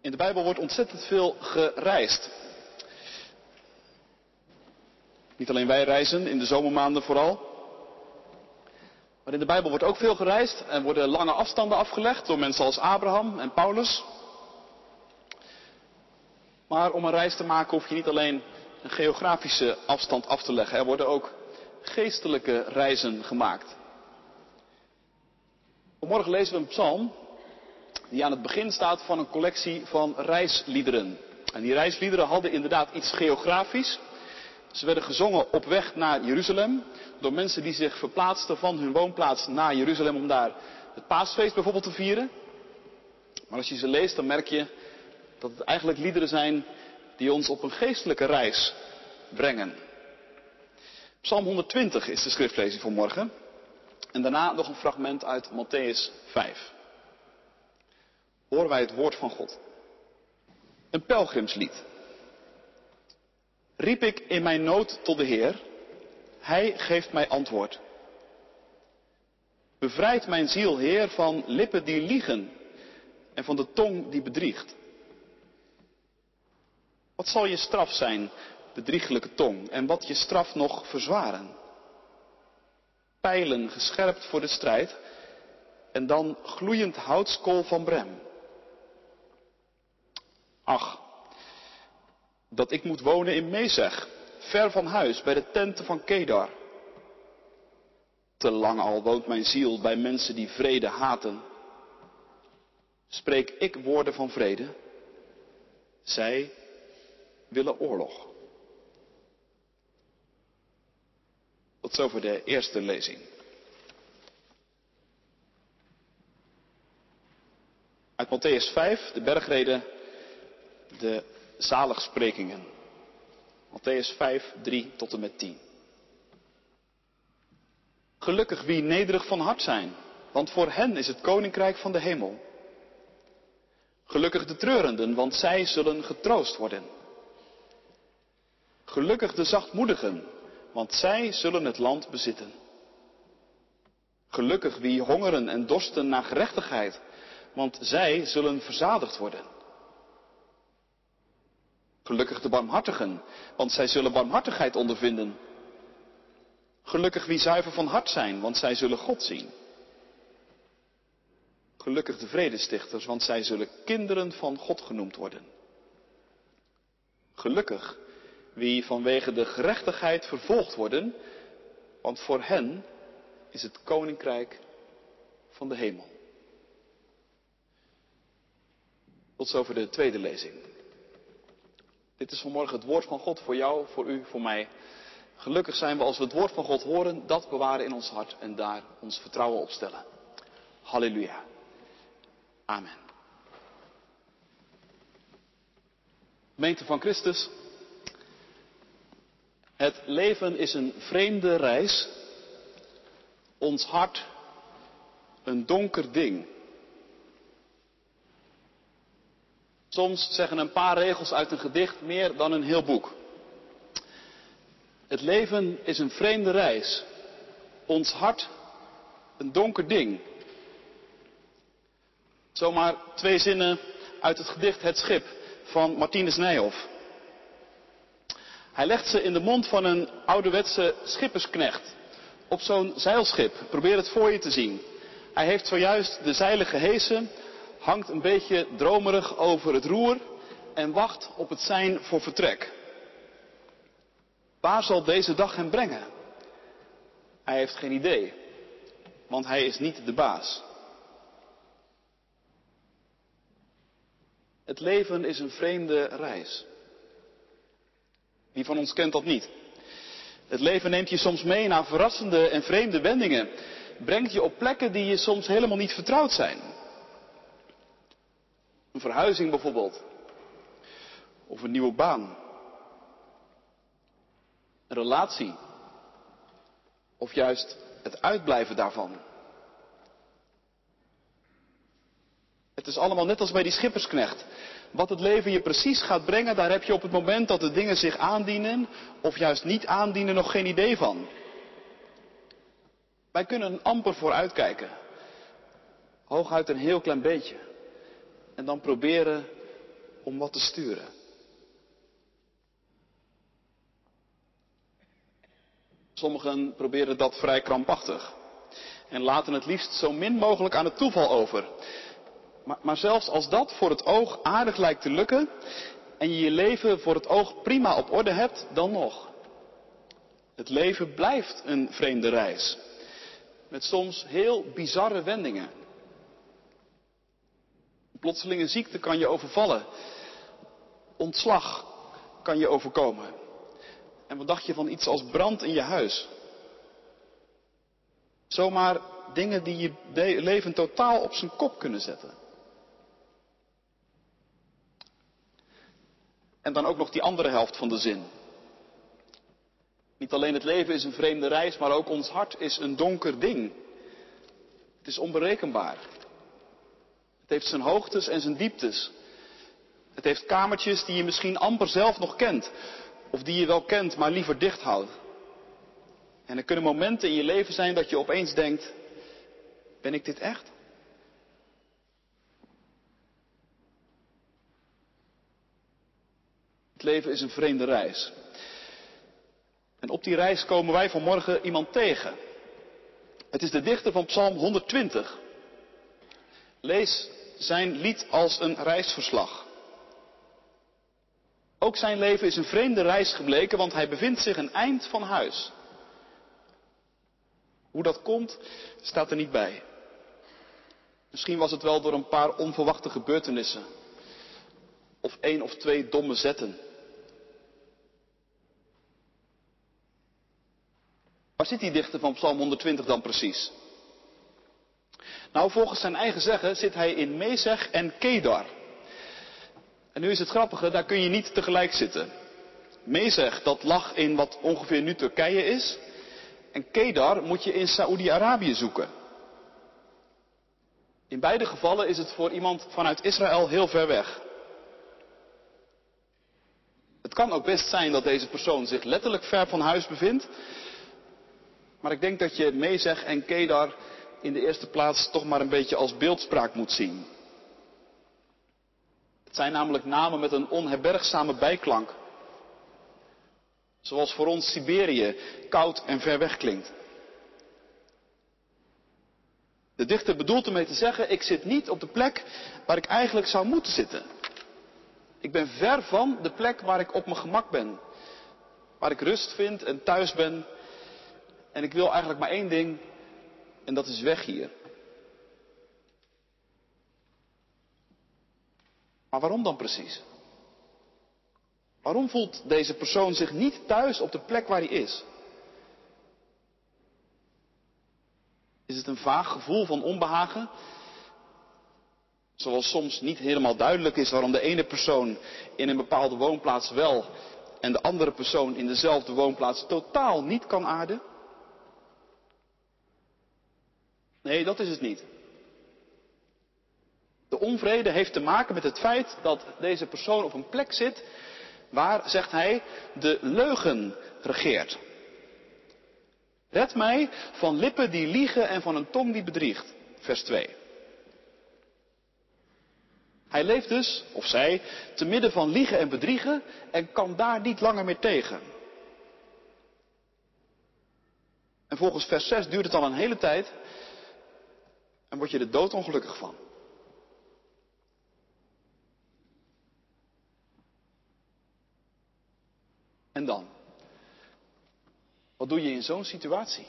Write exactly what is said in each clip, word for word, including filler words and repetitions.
In de Bijbel wordt ontzettend veel gereisd. Niet alleen wij reizen, in de zomermaanden vooral. Maar in de Bijbel wordt ook veel gereisd en worden lange afstanden afgelegd door mensen als Abraham en Paulus. Maar om een reis te maken hoef je niet alleen een geografische afstand af te leggen. Er worden ook geestelijke reizen gemaakt. Vanmorgen lezen we een psalm die aan het begin staat van een collectie van reisliederen. En die reisliederen hadden inderdaad iets geografisch. Ze werden gezongen op weg naar Jeruzalem door mensen die zich verplaatsten van hun woonplaats naar Jeruzalem om daar het paasfeest bijvoorbeeld te vieren. Maar als je ze leest dan merk je dat het eigenlijk liederen zijn die ons op een geestelijke reis brengen. Psalm honderdtwintig is de schriftlezing voor morgen. En daarna nog een fragment uit Mattheüs vijf. Horen wij het woord van God. Een pelgrimslied. Riep ik in mijn nood tot de Heer, Hij geeft mij antwoord. Bevrijd mijn ziel, Heer, van lippen die liegen en van de tong die bedriegt. Wat zal je straf zijn, bedrieglijke tong, en wat je straf nog verzwaren? Pijlen gescherpt voor de strijd en dan gloeiend houtskool van brem. Ach, dat ik moet wonen in Mesech, ver van huis, bij de tenten van Kedar. Te lang al woont mijn ziel bij mensen die vrede haten. Spreek ik woorden van vrede, zij willen oorlog. Tot zover de eerste lezing. Uit Mattheüs vijf, de bergrede, de zaligsprekingen. Mattheüs vijf, drie tot en met tien. Gelukkig wie nederig van hart zijn, want voor hen is het koninkrijk van de hemel. Gelukkig de treurenden, want zij zullen getroost worden. Gelukkig de zachtmoedigen, want zij zullen het land bezitten. Gelukkig wie hongeren en dorsten naar gerechtigheid, want zij zullen verzadigd worden. Gelukkig de barmhartigen, want zij zullen barmhartigheid ondervinden. Gelukkig wie zuiver van hart zijn, want zij zullen God zien. Gelukkig de vredestichters, want zij zullen kinderen van God genoemd worden. Gelukkig wie vanwege de gerechtigheid vervolgd worden, want voor hen is het koninkrijk van de hemel. Tot zover de tweede lezing. Dit is vanmorgen het woord van God voor jou, voor u, voor mij. Gelukkig zijn we als we het woord van God horen, dat bewaren in ons hart en daar ons vertrouwen op stellen. Halleluja. Amen. Gemeente van Christus. Het leven is een vreemde reis. Ons hart een donker ding. Soms zeggen een paar regels uit een gedicht meer dan een heel boek. Het leven is een vreemde reis. Ons hart een donker ding. Zomaar twee zinnen uit het gedicht Het Schip van Martinus Nijhoff. Hij legt ze in de mond van een ouderwetse schippersknecht. Op zo'n zeilschip. Probeer het voor je te zien. Hij heeft zojuist de zeilen gehesen, hangt een beetje dromerig over het roer en wacht op het sein voor vertrek. Waar zal deze dag hem brengen? Hij heeft geen idee, want hij is niet de baas. Het leven is een vreemde reis. Wie van ons kent dat niet? Het leven neemt je soms mee naar verrassende en vreemde wendingen. Brengt je op plekken die je soms helemaal niet vertrouwd zijn. Een verhuizing bijvoorbeeld. Of een nieuwe baan. Een relatie. Of juist het uitblijven daarvan. Het is allemaal net als bij die schippersknecht. Wat het leven je precies gaat brengen, daar heb je op het moment dat de dingen zich aandienen, of juist niet aandienen, nog geen idee van. Wij kunnen amper vooruitkijken. Hooguit een heel klein beetje. En dan proberen om wat te sturen. Sommigen proberen dat vrij krampachtig. En laten het liefst zo min mogelijk aan het toeval over. Maar, maar zelfs als dat voor het oog aardig lijkt te lukken en je je leven voor het oog prima op orde hebt, dan nog. Het leven blijft een vreemde reis. Met soms heel bizarre wendingen. Plotselinge ziekte kan je overvallen. Ontslag kan je overkomen. En wat dacht je van iets als brand in je huis? Zomaar dingen die je leven totaal op zijn kop kunnen zetten. En dan ook nog die andere helft van de zin. Niet alleen het leven is een vreemde reis, maar ook ons hart is een donker ding. Het is onberekenbaar. Het heeft zijn hoogtes en zijn dieptes. Het heeft kamertjes die je misschien amper zelf nog kent. Of die je wel kent, maar liever dicht houdt. En er kunnen momenten in je leven zijn dat je opeens denkt, ben ik dit echt? Het leven is een vreemde reis. En op die reis komen wij vanmorgen iemand tegen. Het is de dichter van Psalm honderdtwintig. Lees zijn lied als een reisverslag. Ook zijn leven is een vreemde reis gebleken, want hij bevindt zich een eind van huis. Hoe dat komt, staat er niet bij. Misschien was het wel door een paar onverwachte gebeurtenissen. Of één of twee domme zetten. Waar zit die dichter van Psalm honderdtwintig dan precies? Nou, volgens zijn eigen zeggen zit hij in Mezeg en Kedar. En nu is het grappige, daar kun je niet tegelijk zitten. Mezeg, dat lag in wat ongeveer nu Turkije is. En Kedar moet je in Saoedi-Arabië zoeken. In beide gevallen is het voor iemand vanuit Israël heel ver weg. Het kan ook best zijn dat deze persoon zich letterlijk ver van huis bevindt. Maar ik denk dat je Mezeg en Kedar in de eerste plaats toch maar een beetje als beeldspraak moet zien. Het zijn namelijk namen met een onherbergzame bijklank. Zoals voor ons Siberië koud en ver weg klinkt. De dichter bedoelt ermee te zeggen, ik zit niet op de plek waar ik eigenlijk zou moeten zitten. Ik ben ver van de plek waar ik op mijn gemak ben. Waar ik rust vind en thuis ben. En ik wil eigenlijk maar één ding, en dat is weg hier. Maar waarom dan precies? Waarom voelt deze persoon zich niet thuis op de plek waar hij is? Is het een vaag gevoel van onbehagen? Zoals soms niet helemaal duidelijk is waarom de ene persoon in een bepaalde woonplaats wel en de andere persoon in dezelfde woonplaats totaal niet kan aarden? Nee, dat is het niet. De onvrede heeft te maken met het feit dat deze persoon op een plek zit waar, zegt hij, de leugen regeert. Red mij van lippen die liegen en van een tong die bedriegt. Vers twee. Hij leeft dus, of zij, te midden van liegen en bedriegen en kan daar niet langer meer tegen. En volgens vers zes duurt het al een hele tijd en word je er doodongelukkig van. En dan? Wat doe je in zo'n situatie?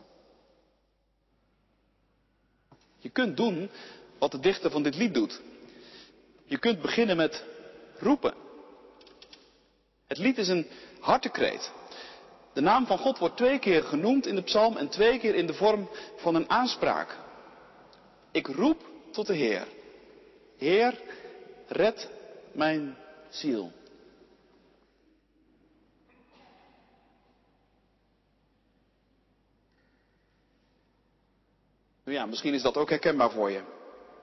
Je kunt doen wat de dichter van dit lied doet. Je kunt beginnen met roepen. Het lied is een hartekreet. De naam van God wordt twee keer genoemd in de psalm en twee keer in de vorm van een aanspraak. Ik roep tot de Heer. Heer, red mijn ziel. Nou ja, misschien is dat ook herkenbaar voor je.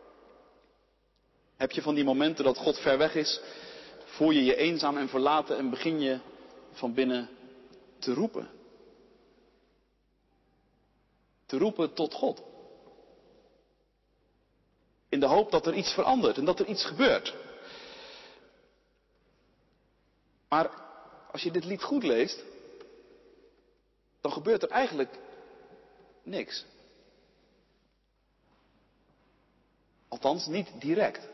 Heb je van die momenten dat God ver weg is, voel je je eenzaam en verlaten en begin je van binnen te roepen. Te roepen tot God. In de hoop dat er iets verandert en dat er iets gebeurt. Maar als je dit lied goed leest, dan gebeurt er eigenlijk niks. Althans, niet direct.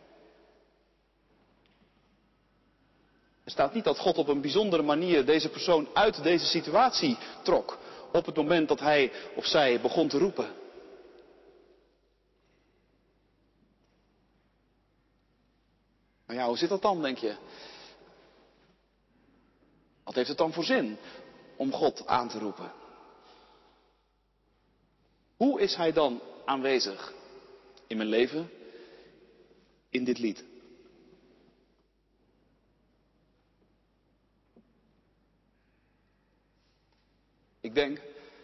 Er staat niet dat God op een bijzondere manier deze persoon uit deze situatie trok. Op het moment dat hij of zij begon te roepen. Maar ja, hoe zit dat dan, denk je? Wat heeft het dan voor zin om God aan te roepen? Hoe is hij dan aanwezig in mijn leven, in dit lied? Ik denk,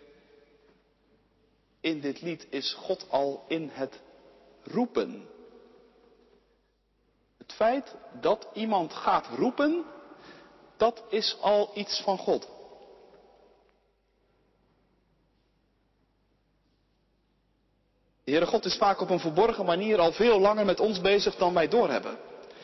in dit lied is God al in het roepen. Het feit dat iemand gaat roepen, dat is al iets van God. De Heere God is vaak op een verborgen manier al veel langer met ons bezig dan wij doorhebben.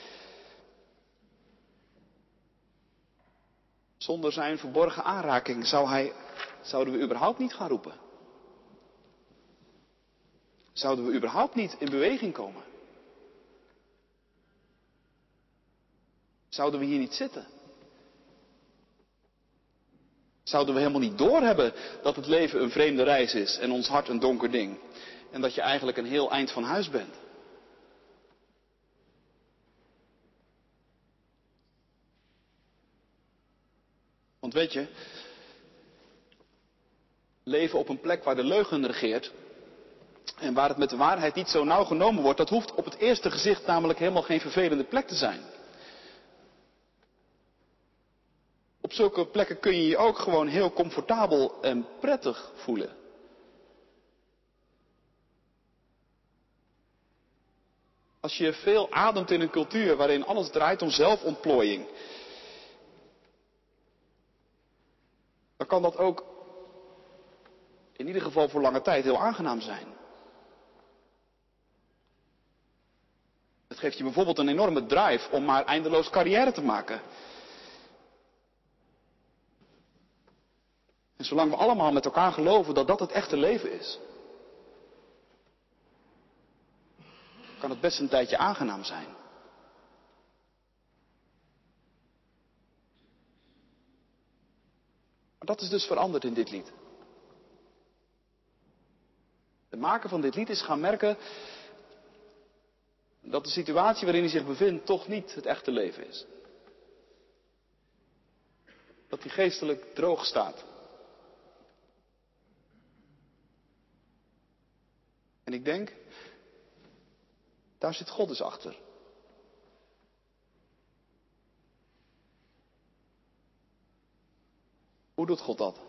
Zonder zijn verborgen aanraking zou hij, zouden we überhaupt niet gaan roepen. Zouden we überhaupt niet in beweging komen. Zouden we hier niet zitten. Zouden we helemaal niet doorhebben dat het leven een vreemde reis is en ons hart een donker ding. En dat je eigenlijk een heel eind van huis bent. Want weet je, leven op een plek waar de leugen regeert en waar het met de waarheid niet zo nauw genomen wordt, dat hoeft op het eerste gezicht namelijk helemaal geen vervelende plek te zijn. Op zulke plekken kun je je ook gewoon heel comfortabel en prettig voelen. Als je veel ademt in een cultuur waarin alles draait om zelfontplooiing, dan kan dat ook in ieder geval voor lange tijd heel aangenaam zijn. Het geeft je bijvoorbeeld een enorme drive om maar eindeloos carrière te maken. En zolang we allemaal met elkaar geloven dat dat het echte leven is, kan het best een tijdje aangenaam zijn. Maar dat is dus veranderd in dit lied. De maker van dit lied is gaan merken dat de situatie waarin hij zich bevindt toch niet het echte leven is. Dat hij geestelijk droog staat. En ik denk, daar zit God dus achter. Hoe doet God dat?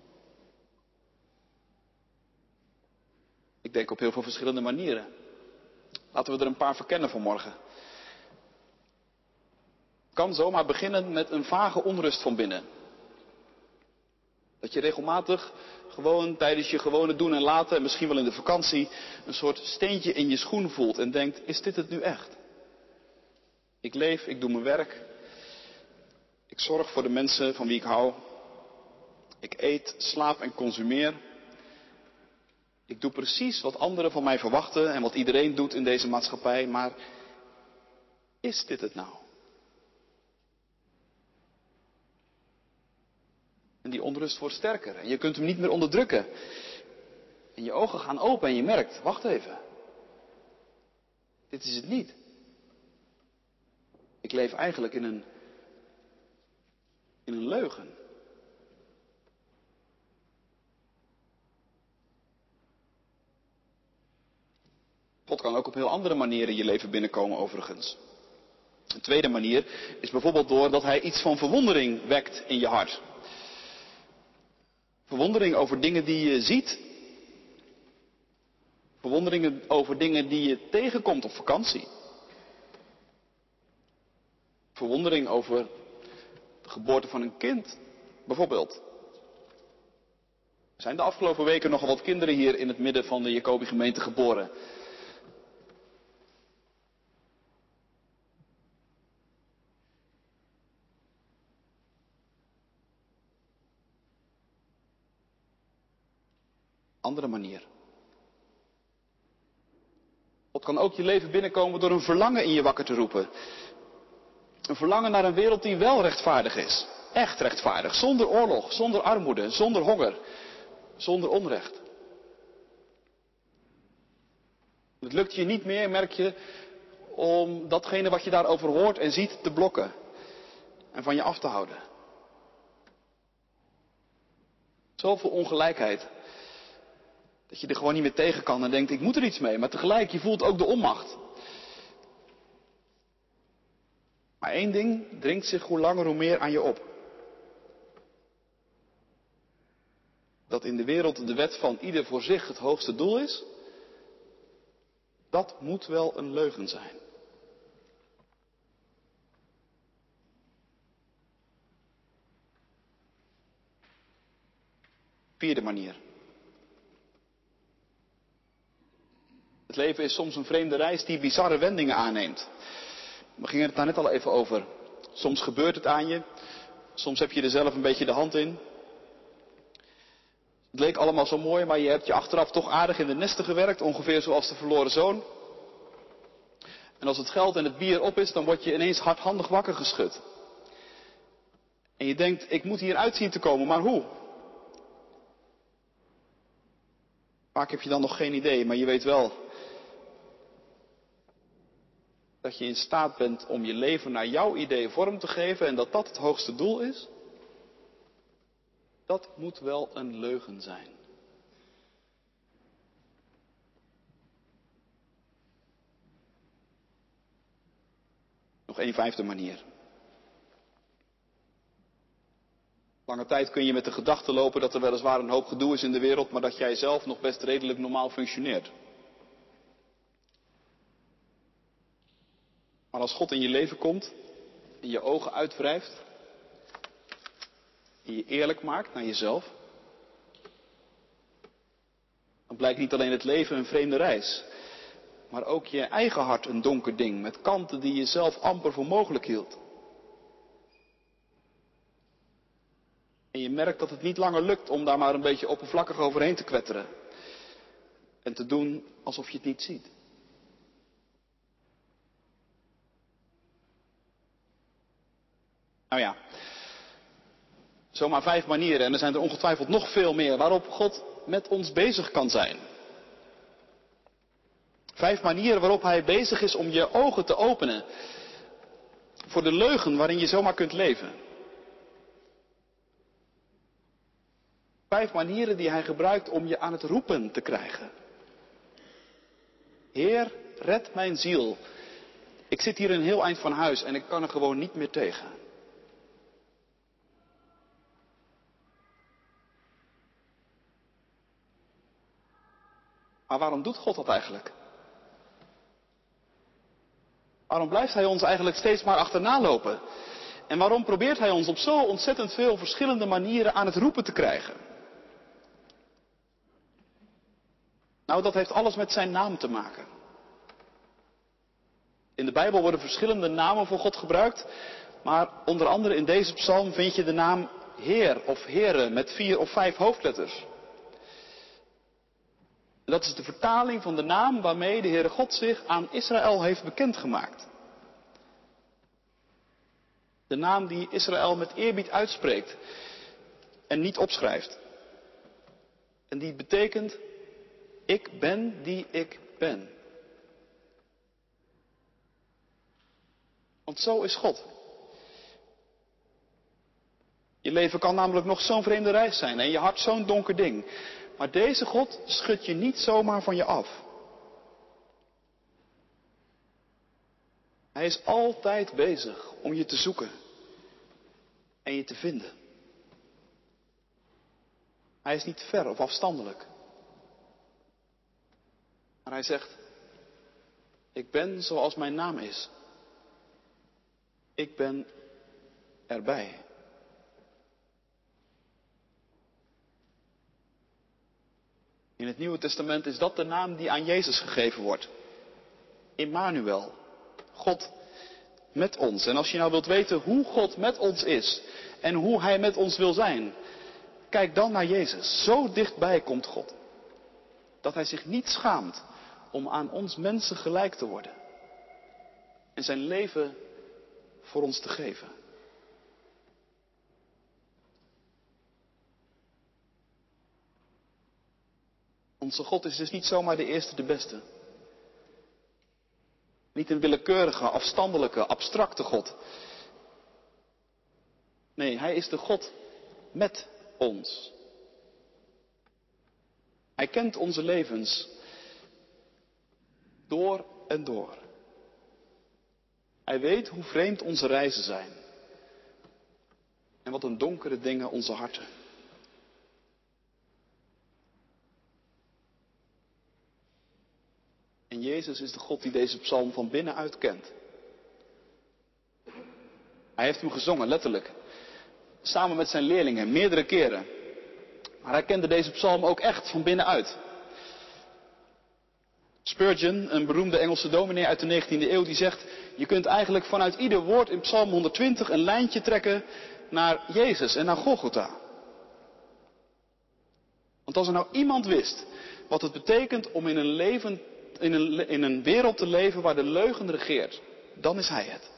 Ik denk op heel veel verschillende manieren. Laten we er een paar verkennen vanmorgen. Het kan zomaar beginnen met een vage onrust van binnen. Dat je regelmatig gewoon tijdens je gewone doen en laten, en misschien wel in de vakantie, een soort steentje in je schoen voelt en denkt, is dit het nu echt? Ik leef, ik doe mijn werk. Ik zorg voor de mensen van wie ik hou. Ik eet, slaap en consumeer. Ik doe precies wat anderen van mij verwachten en wat iedereen doet in deze maatschappij, maar is dit het nou? En die onrust wordt sterker en je kunt hem niet meer onderdrukken. En je ogen gaan open en je merkt, wacht even. Dit is het niet. Ik leef eigenlijk in een, in een leugen. God kan ook op heel andere manieren je leven binnenkomen overigens. Een tweede manier is bijvoorbeeld doordat hij iets van verwondering wekt in je hart. Verwondering over dingen die je ziet. Verwonderingen over dingen die je tegenkomt op vakantie. Verwondering over de geboorte van een kind, bijvoorbeeld. Er zijn de afgelopen weken nogal wat kinderen hier in het midden van de Jacobi-gemeente geboren. Andere manier. God kan ook je leven binnenkomen door een verlangen in je wakker te roepen. Een verlangen naar een wereld die wel rechtvaardig is. Echt rechtvaardig. Zonder oorlog, zonder armoede, zonder honger, zonder onrecht. Het lukt je niet meer, merk je, om datgene wat je daarover hoort en ziet te blokken. En van je af te houden. Zoveel ongelijkheid. Dat je er gewoon niet meer tegen kan en denkt, ik moet er iets mee. Maar tegelijk, je voelt ook de onmacht. Maar één ding dringt zich hoe langer hoe meer aan je op. Dat in de wereld de wet van ieder voor zich het hoogste doel is. Dat moet wel een leugen zijn. Vierde manier. Het leven is soms een vreemde reis die bizarre wendingen aanneemt. We gingen het daar net al even over. Soms gebeurt het aan je. Soms heb je er zelf een beetje de hand in. Het leek allemaal zo mooi, maar je hebt je achteraf toch aardig in de nesten gewerkt. Ongeveer zoals de verloren zoon. En als het geld en het bier op is, dan word je ineens hardhandig wakker geschud. En je denkt, ik moet hier uit zien te komen, maar hoe? Vaak heb je dan nog geen idee, maar je weet wel dat je in staat bent om je leven naar jouw idee vorm te geven en dat dat het hoogste doel is. Dat moet wel een leugen zijn. Nog één vijfde manier. Lange tijd kun je met de gedachte lopen dat er weliswaar een hoop gedoe is in de wereld, maar dat jij zelf nog best redelijk normaal functioneert. Maar als God in je leven komt, en je ogen uitwrijft, en je eerlijk maakt naar jezelf, dan blijkt niet alleen het leven een vreemde reis, maar ook je eigen hart een donker ding met kanten die je zelf amper voor mogelijk hield. En je merkt dat het niet langer lukt om daar maar een beetje oppervlakkig overheen te kwetteren. En te doen alsof je het niet ziet. Nou ja, zomaar vijf manieren, en er zijn er ongetwijfeld nog veel meer, waarop God met ons bezig kan zijn. Vijf manieren waarop Hij bezig is om je ogen te openen. Voor de leugen waarin je zomaar kunt leven. Vijf manieren die Hij gebruikt om je aan het roepen te krijgen. Heer, red mijn ziel. Ik zit hier een heel eind van huis en ik kan er gewoon niet meer tegen. Maar waarom doet God dat eigenlijk? Waarom blijft Hij ons eigenlijk steeds maar achterna lopen? En waarom probeert Hij ons op zo ontzettend veel verschillende manieren aan het roepen te krijgen? Nou, dat heeft alles met zijn naam te maken. In de Bijbel worden verschillende namen voor God gebruikt. Maar onder andere in deze psalm vind je de naam Heer of Here met vier of vijf hoofdletters. Dat is de vertaling van de naam waarmee de Heere God zich aan Israël heeft bekendgemaakt. De naam die Israël met eerbied uitspreekt en niet opschrijft. En die betekent, ik ben die ik ben. Want zo is God. Je leven kan namelijk nog zo'n vreemde reis zijn en je hart zo'n donker ding. Maar deze God schudt je niet zomaar van je af. Hij is altijd bezig om je te zoeken en je te vinden. Hij is niet ver of afstandelijk. Maar hij zegt, ik ben zoals mijn naam is. Ik ben erbij. In het Nieuwe Testament is dat de naam die aan Jezus gegeven wordt. Immanuel. God met ons. En als je nou wilt weten hoe God met ons is en hoe Hij met ons wil zijn, kijk dan naar Jezus. Zo dichtbij komt God. Dat hij zich niet schaamt om aan ons mensen gelijk te worden. En zijn leven voor ons te geven. Onze God is dus niet zomaar de eerste, de beste. Niet een willekeurige, afstandelijke, abstracte God. Nee, hij is de God met ons. Hij kent onze levens door en door. Hij weet hoe vreemd onze reizen zijn. En wat een donkere dingen onze harten. En Jezus is de God die deze psalm van binnenuit kent. Hij heeft hem gezongen, letterlijk. Samen met zijn leerlingen, meerdere keren. Maar hij kende deze psalm ook echt van binnenuit. Spurgeon, een beroemde Engelse dominee uit de negentiende eeuw, die zegt: je kunt eigenlijk vanuit ieder woord in Psalm honderdtwintig een lijntje trekken naar Jezus en naar Golgotha. Want als er nou iemand wist wat het betekent om in een, leven, in een, in een wereld te leven waar de leugen regeert, dan is hij het.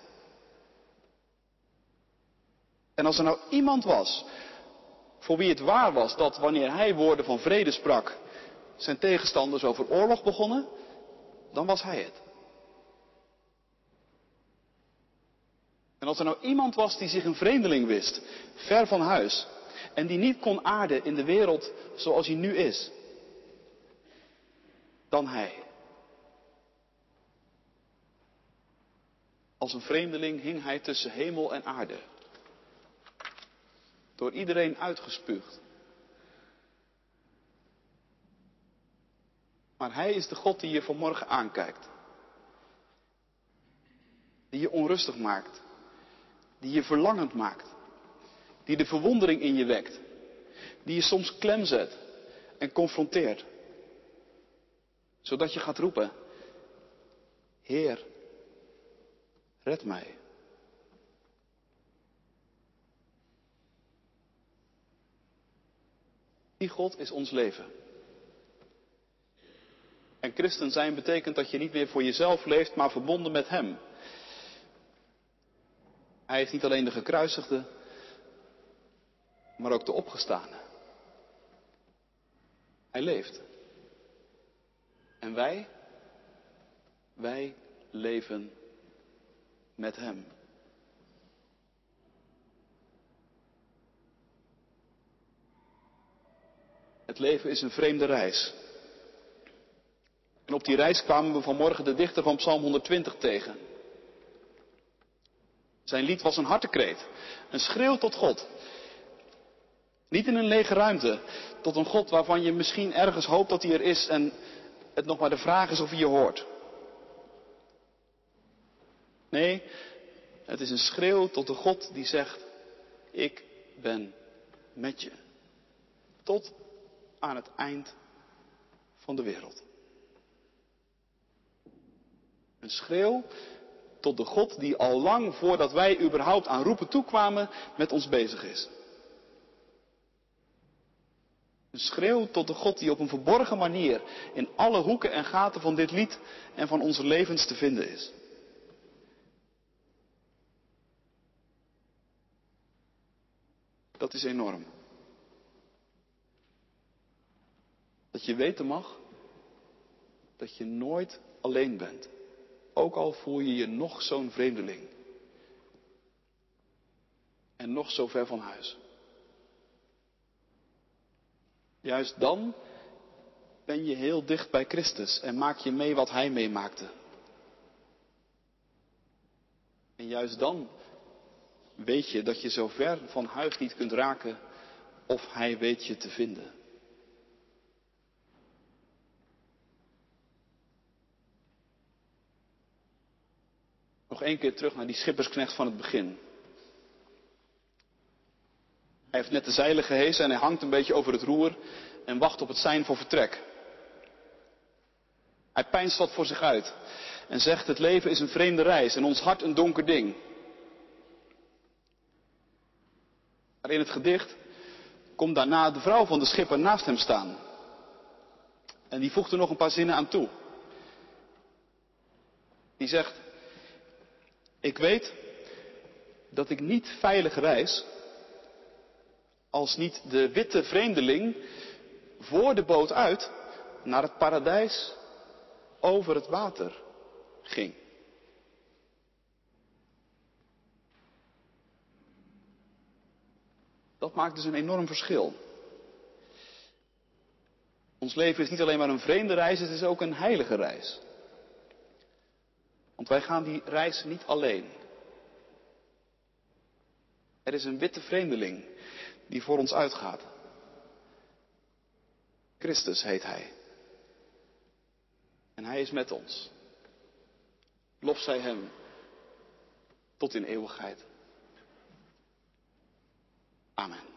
En als er nou iemand was voor wie het waar was dat wanneer hij woorden van vrede sprak, zijn tegenstanders over oorlog begonnen, dan was hij het. En als er nou iemand was die zich een vreemdeling wist, ver van huis, en die niet kon aarden in de wereld zoals hij nu is, dan hij. Als een vreemdeling hing hij tussen hemel en aarde. Door iedereen uitgespuugd. Maar hij is de God die je vanmorgen aankijkt. Die je onrustig maakt. Die je verlangend maakt. Die de verwondering in je wekt. Die je soms klem zet en confronteert. Zodat je gaat roepen: Heer, red mij. Die God is ons leven. En christen zijn betekent dat je niet meer voor jezelf leeft, maar verbonden met hem. Hij is niet alleen de gekruisigde, maar ook de opgestane. Hij leeft. En wij, wij leven met hem. Het leven is een vreemde reis. En op die reis kwamen we vanmorgen de dichter van Psalm honderdtwintig tegen. Zijn lied was een hartekreet, een schreeuw tot God. Niet in een lege ruimte, tot een God waarvan je misschien ergens hoopt dat hij er is en het nog maar de vraag is of hij je hoort. Nee, het is een schreeuw tot de God die zegt: ik ben met je. Tot aan het eind van de wereld. Een schreeuw tot de God die al lang voordat wij überhaupt aan roepen toekwamen met ons bezig is. Een schreeuw tot de God die op een verborgen manier in alle hoeken en gaten van dit lied en van onze levens te vinden is. Dat is enorm. Dat je weten mag dat je nooit alleen bent. Ook al voel je je nog zo'n vreemdeling. En nog zo ver van huis. Juist dan ben je heel dicht bij Christus en maak je mee wat hij meemaakte. En juist dan weet je dat je zo ver van huis niet kunt raken of hij weet je te vinden. Nog één keer terug naar die schippersknecht van het begin. Hij heeft net de zeilen gehesen en hij hangt een beetje over het roer en wacht op het sein voor vertrek. Hij peinst wat voor zich uit en zegt: het leven is een vreemde reis en ons hart een donker ding. Maar in het gedicht komt daarna de vrouw van de schipper naast hem staan. En die voegt er nog een paar zinnen aan toe. Die zegt, ik weet dat ik niet veilig reis als niet de witte vreemdeling voor de boot uit naar het paradijs over het water ging. Dat maakt dus een enorm verschil. Ons leven is niet alleen maar een vreemde reis, het is ook een heilige reis. Want wij gaan die reis niet alleen. Er is een witte vreemdeling die voor ons uitgaat. Christus heet hij. En hij is met ons. Lof zij hem tot in eeuwigheid. Amen.